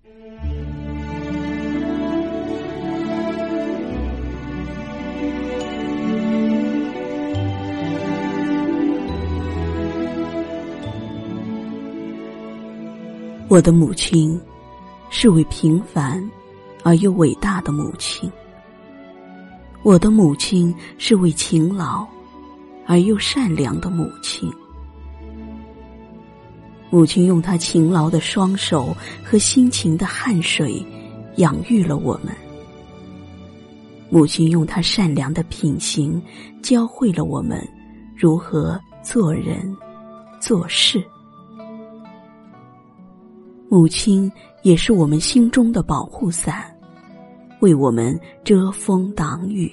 我的母亲是位平凡而又伟大的母亲。我的母亲是位勤劳而又善良的母亲。母亲用她勤劳的双手和辛勤的汗水养育了我们。母亲用她善良的品行教会了我们如何做人做事。母亲也是我们心中的保护伞，为我们遮风挡雨。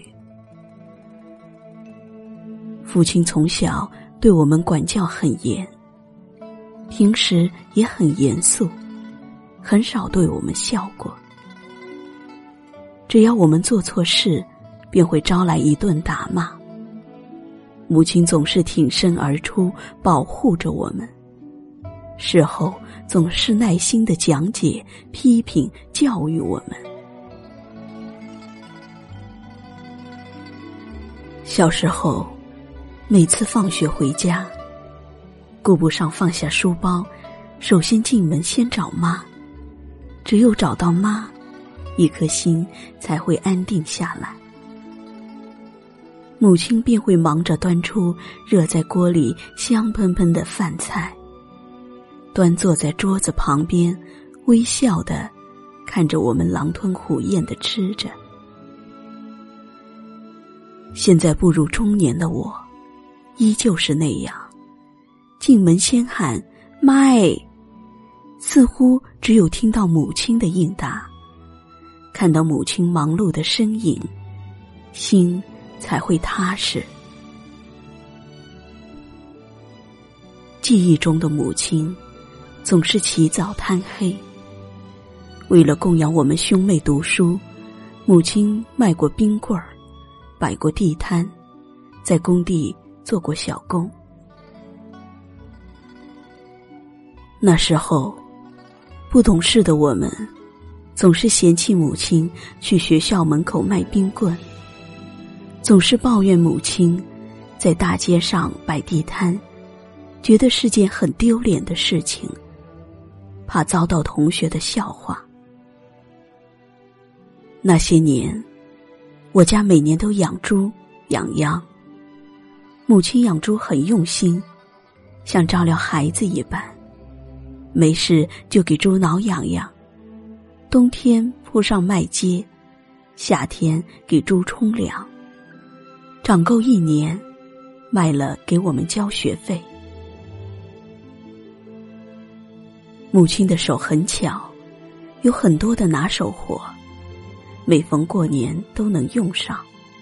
父亲从小对我们管教很严，平时也很严肃，很少对我们笑过。只要我们做错事，便会招来一顿打骂。母亲总是挺身而出，保护着我们，事后总是耐心地讲解、批评、教育我们。小时候，每次放学回家，顾不上放下书包，首先进门先找妈。只有找到妈，一颗心才会安定下来。母亲便会忙着端出热在锅里香喷喷的饭菜，端坐在桌子旁边，微笑地看着我们狼吞虎咽地吃着。现在步入中年的我，依旧是那样，进门先喊妈哎，似乎只有听到母亲的应答，看到母亲忙碌的身影，心才会踏实。记忆中的母亲总是起早贪黑，为了供养我们兄妹读书，母亲卖过冰棍儿，摆过地摊，在工地做过小工。那时候不懂事的我们总是嫌弃母亲去学校门口卖冰棍，总是抱怨母亲在大街上摆地摊，觉得是件很丢脸的事情，怕遭到同学的笑话。那些年，我家每年都养猪养羊，母亲养猪很用心，像照料孩子一般，没事就给猪挠痒痒，冬天铺上麦秸，夏天给猪冲凉，长够1年，卖了给我们交学费。母亲的手很巧，有很多的拿手活，每逢过年都能用上。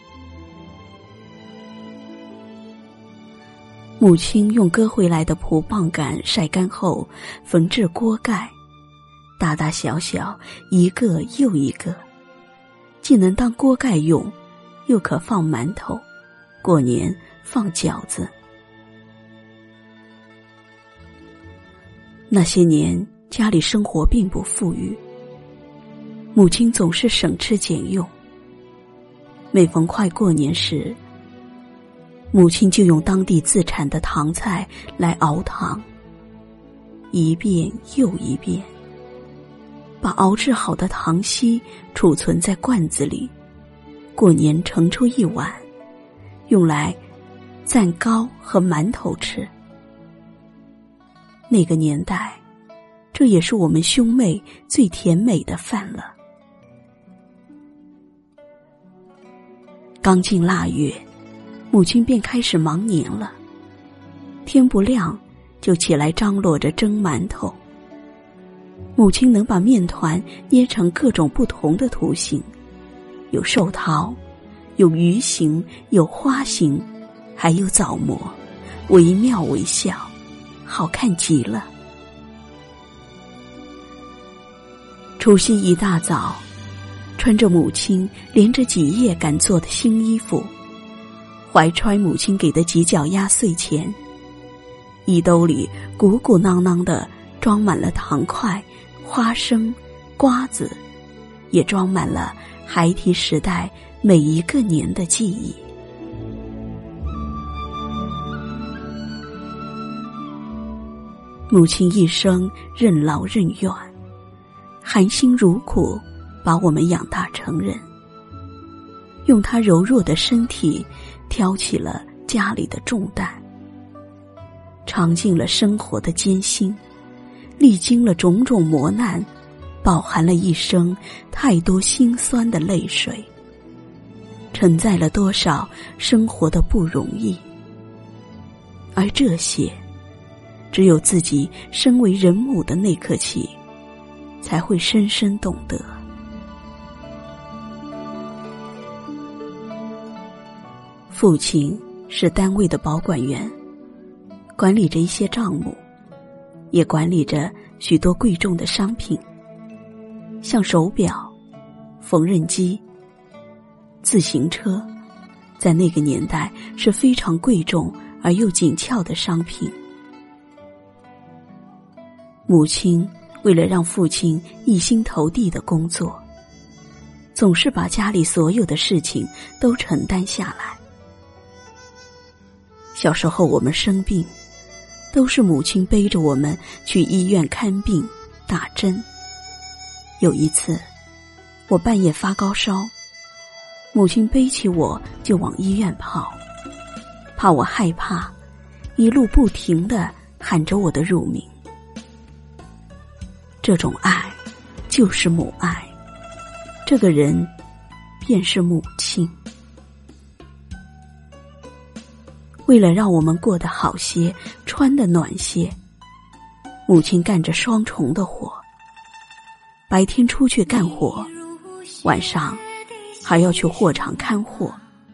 母亲用割回来的蒲棒杆晒干后缝制锅盖，大大小小一个又一个，既能当锅盖用，又可放馒头，过年放饺子。那些年家里生活并不富裕，母亲总是省吃俭用。每逢快过年时，母亲就用当地自产的糖菜来熬糖，一遍又一遍，把熬制好的糖稀储存在罐子里，过年盛出一碗，用来蘸糕和馒头吃。那个年代，这也是我们兄妹最甜美的饭了。刚进腊月，母亲便开始忙年了，天不亮就起来张罗着蒸馒头。母亲能把面团捏成各种不同的图形，有寿桃，有鱼形，有花形，还有枣模，惟妙惟肖，好看极了。除夕一大早，穿着母亲连着几夜赶做的新衣服，怀揣母亲给的几角压岁钱，一兜里鼓鼓囊囊的装满了糖块、花生、 瓜子也装满了孩提时代每一个年的记忆。母亲一生任劳任怨，含辛茹苦把我们养大成人，用她柔弱的身体挑起了家里的重担，尝尽了生活的艰辛，历经了种种磨难，饱含了一生太多辛酸的泪水，承载了多少生活的不容易。而这些只有自己身为人母的那刻起才会深深懂得。父亲是单位的保管员，管理着一些账目，也管理着许多贵重的商品，像手表、缝纫机、自行车，在那个年代是非常贵重而又紧俏的商品。母亲为了让父亲一心投地的工作，总是把家里所有的事情都承担下来。小时候我们生病，都是母亲背着我们去医院看病打针。有一次我半夜发高烧，母亲背起我就往医院跑，怕我害怕，一路不停地喊着我的乳名。这种爱就是母爱，这个人便是母亲。为了让我们过得好些，穿得暖些，母亲干着双重的活，白天出去干活，晚上还要去货场看货。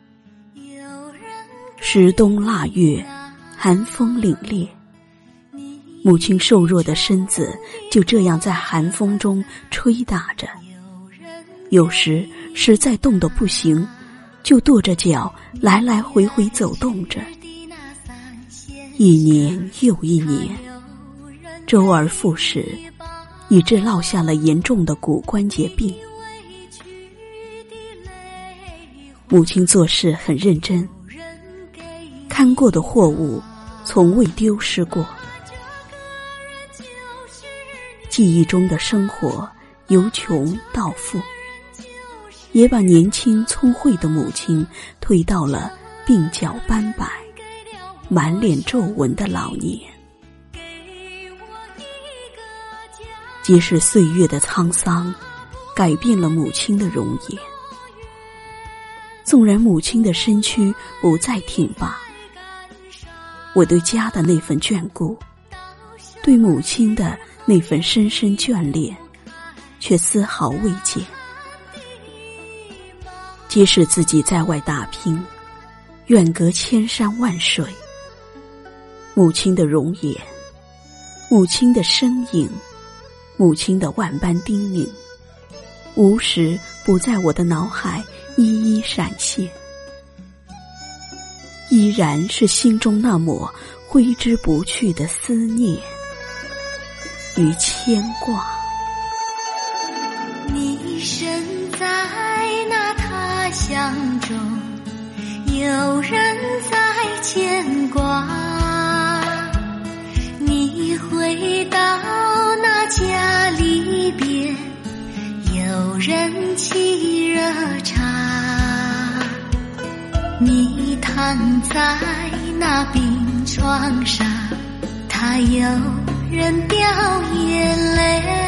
时冬腊月，寒风凛冽，母亲瘦弱的身子就这样在寒风中吹打着，有时实在冻得不行，就跺着脚来来回回走动着。一年又一年，周而复始，以致落下了严重的骨关节病。母亲做事很认真，看过的货物从未丢失过。记忆中的生活由穷到富，也把年轻聪慧的母亲推到了鬓角斑白、满脸皱纹的老年。即使岁月的沧桑改变了母亲的容颜，纵然母亲的身躯不再挺拔，我对家的那份眷顾，对母亲的那份深深眷恋，却丝毫未减。即使自己在外打拼，远隔千山万水，母亲的容颜，母亲的身影，母亲的万般叮咛，无时不在我的脑海一一闪现，依然是心中那抹挥之不去的思念与牵挂。 你身在那他乡中，有人在牵挂，你回到那家里边，有人沏热茶，你躺在那病床上，他有人掉眼泪。